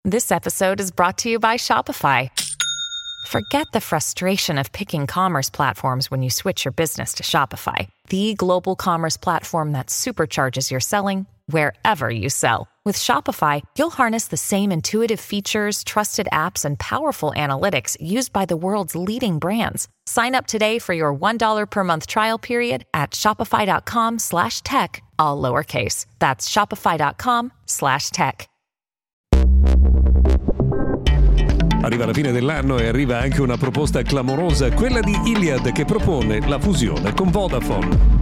This episode is brought to you by Shopify. Forget the frustration of picking commerce platforms when you switch your business to Shopify, the global commerce platform that supercharges your selling wherever you sell. With Shopify, you'll harness the same intuitive features, trusted apps, and powerful analytics used by the world's leading brands. Sign up today for your $1 per month trial period at shopify.com/tech, all lowercase. That's shopify.com/tech. Arriva la fine dell'anno e arriva anche una proposta clamorosa, quella di Iliad, che propone la fusione con Vodafone.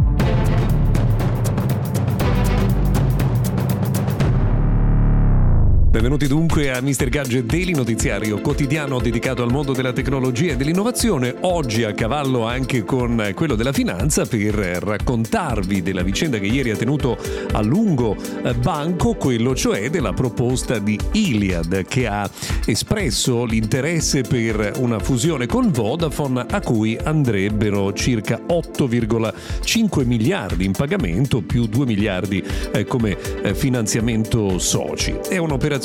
Benvenuti dunque a Mr. Gadget Daily, notiziario quotidiano dedicato al mondo della tecnologia e dell'innovazione, oggi a cavallo anche con quello della finanza, per raccontarvi della vicenda che ieri ha tenuto a lungo banco, quello cioè della proposta di Iliad, che ha espresso l'interesse per una fusione con Vodafone, a cui andrebbero circa 8,5 miliardi in pagamento più 2 miliardi come finanziamento soci. È un'operazione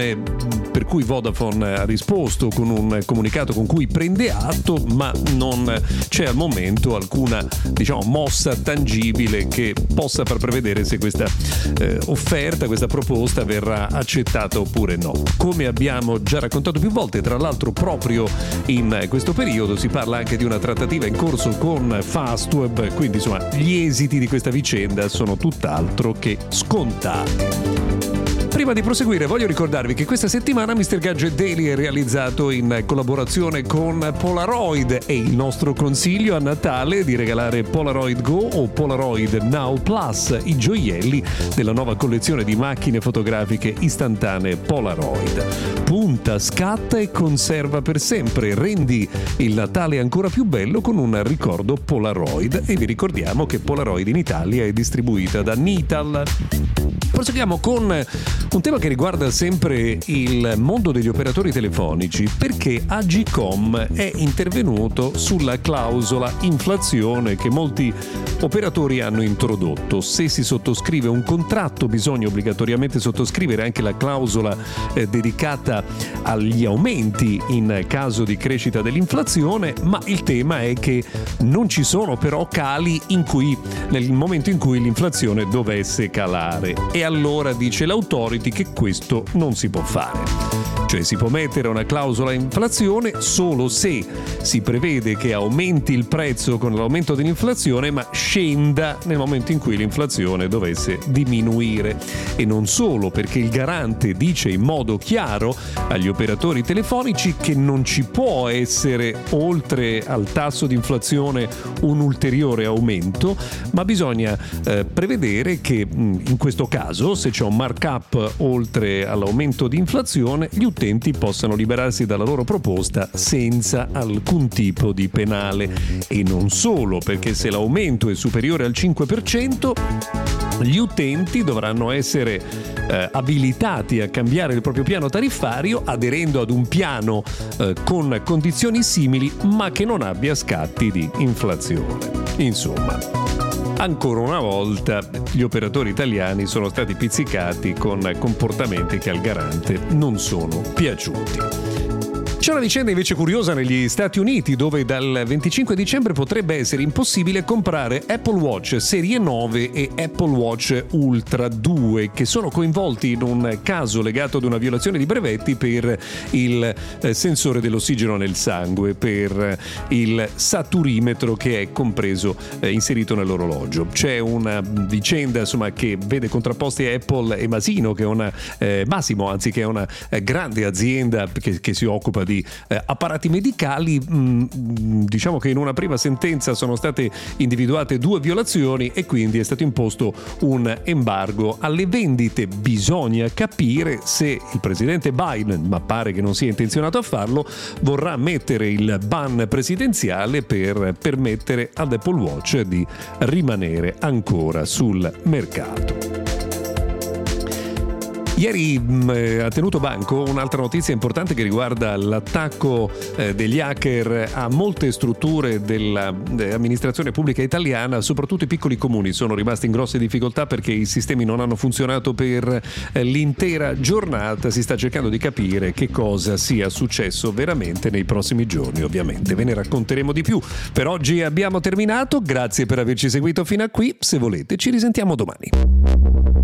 per cui Vodafone ha risposto con un comunicato con cui prende atto, ma non c'è al momento alcuna, mossa tangibile che possa far prevedere se questa offerta, questa proposta verrà accettata oppure no. Come abbiamo già raccontato più volte, tra l'altro proprio in questo periodo si parla anche di una trattativa in corso con Fastweb, quindi insomma gli esiti di questa vicenda sono tutt'altro che scontati. Prima di proseguire voglio ricordarvi che questa settimana Mr. Gadget Daily è realizzato in collaborazione con Polaroid e il nostro consiglio a Natale è di regalare Polaroid Go o Polaroid Now Plus, i gioielli della nuova collezione di macchine fotografiche istantanee Polaroid. Punta, scatta e conserva per sempre, rendi il Natale ancora più bello con un ricordo Polaroid, e vi ricordiamo che Polaroid in Italia è distribuita da Nital. Proseguiamo con un tema che riguarda sempre il mondo degli operatori telefonici, perché Agcom è intervenuto sulla clausola inflazione che molti operatori hanno introdotto. Se si sottoscrive un contratto bisogna obbligatoriamente sottoscrivere anche la clausola dedicata agli aumenti in caso di crescita dell'inflazione, ma il tema è che non ci sono però cali nel momento in cui l'inflazione dovesse calare, e allora dice l'autority che questo non si può fare. Cioè si può mettere una clausola inflazione solo se si prevede che aumenti il prezzo con l'aumento dell'inflazione ma scenda nel momento in cui l'inflazione dovesse diminuire. E non solo, perché il garante dice in modo chiaro agli operatori telefonici che non ci può essere, oltre al tasso di inflazione, un ulteriore aumento, ma bisogna prevedere che in questo caso, se c'è un markup oltre all'aumento di inflazione, gli utenti possano liberarsi dalla loro proposta senza alcun tipo di penale. E non solo, perché se l'aumento è superiore al 5%, gli utenti dovranno essere abilitati a cambiare il proprio piano tariffario aderendo ad un piano con condizioni simili ma che non abbia scatti di inflazione. Insomma, ancora una volta gli operatori italiani sono stati pizzicati con comportamenti che al garante non sono piaciuti. C'è una vicenda invece curiosa negli Stati Uniti, dove dal 25 dicembre potrebbe essere impossibile comprare Apple Watch Serie 9 e Apple Watch Ultra 2, che sono coinvolti in un caso legato ad una violazione di brevetti per il sensore dell'ossigeno nel sangue, per il saturimetro che è compreso, inserito nell'orologio. C'è una vicenda che vede contrapposti Apple e Masimo, che è una grande azienda che si occupa di apparati medicali. Diciamo che in una prima sentenza sono state individuate 2 violazioni e quindi è stato imposto un embargo alle vendite. Bisogna capire se il presidente Biden, ma pare che non sia intenzionato a farlo, vorrà mettere il ban presidenziale per permettere ad Apple Watch di rimanere ancora sul mercato. Ieri ha tenuto banco un'altra notizia importante che riguarda l'attacco degli hacker a molte strutture dell'amministrazione pubblica italiana. Soprattutto i piccoli comuni sono rimasti in grosse difficoltà perché i sistemi non hanno funzionato per l'intera giornata. Si sta cercando di capire che cosa sia successo veramente nei prossimi giorni. Ovviamente ve ne racconteremo di più. Per oggi abbiamo terminato, grazie per averci seguito fino a qui. Se volete ci risentiamo domani.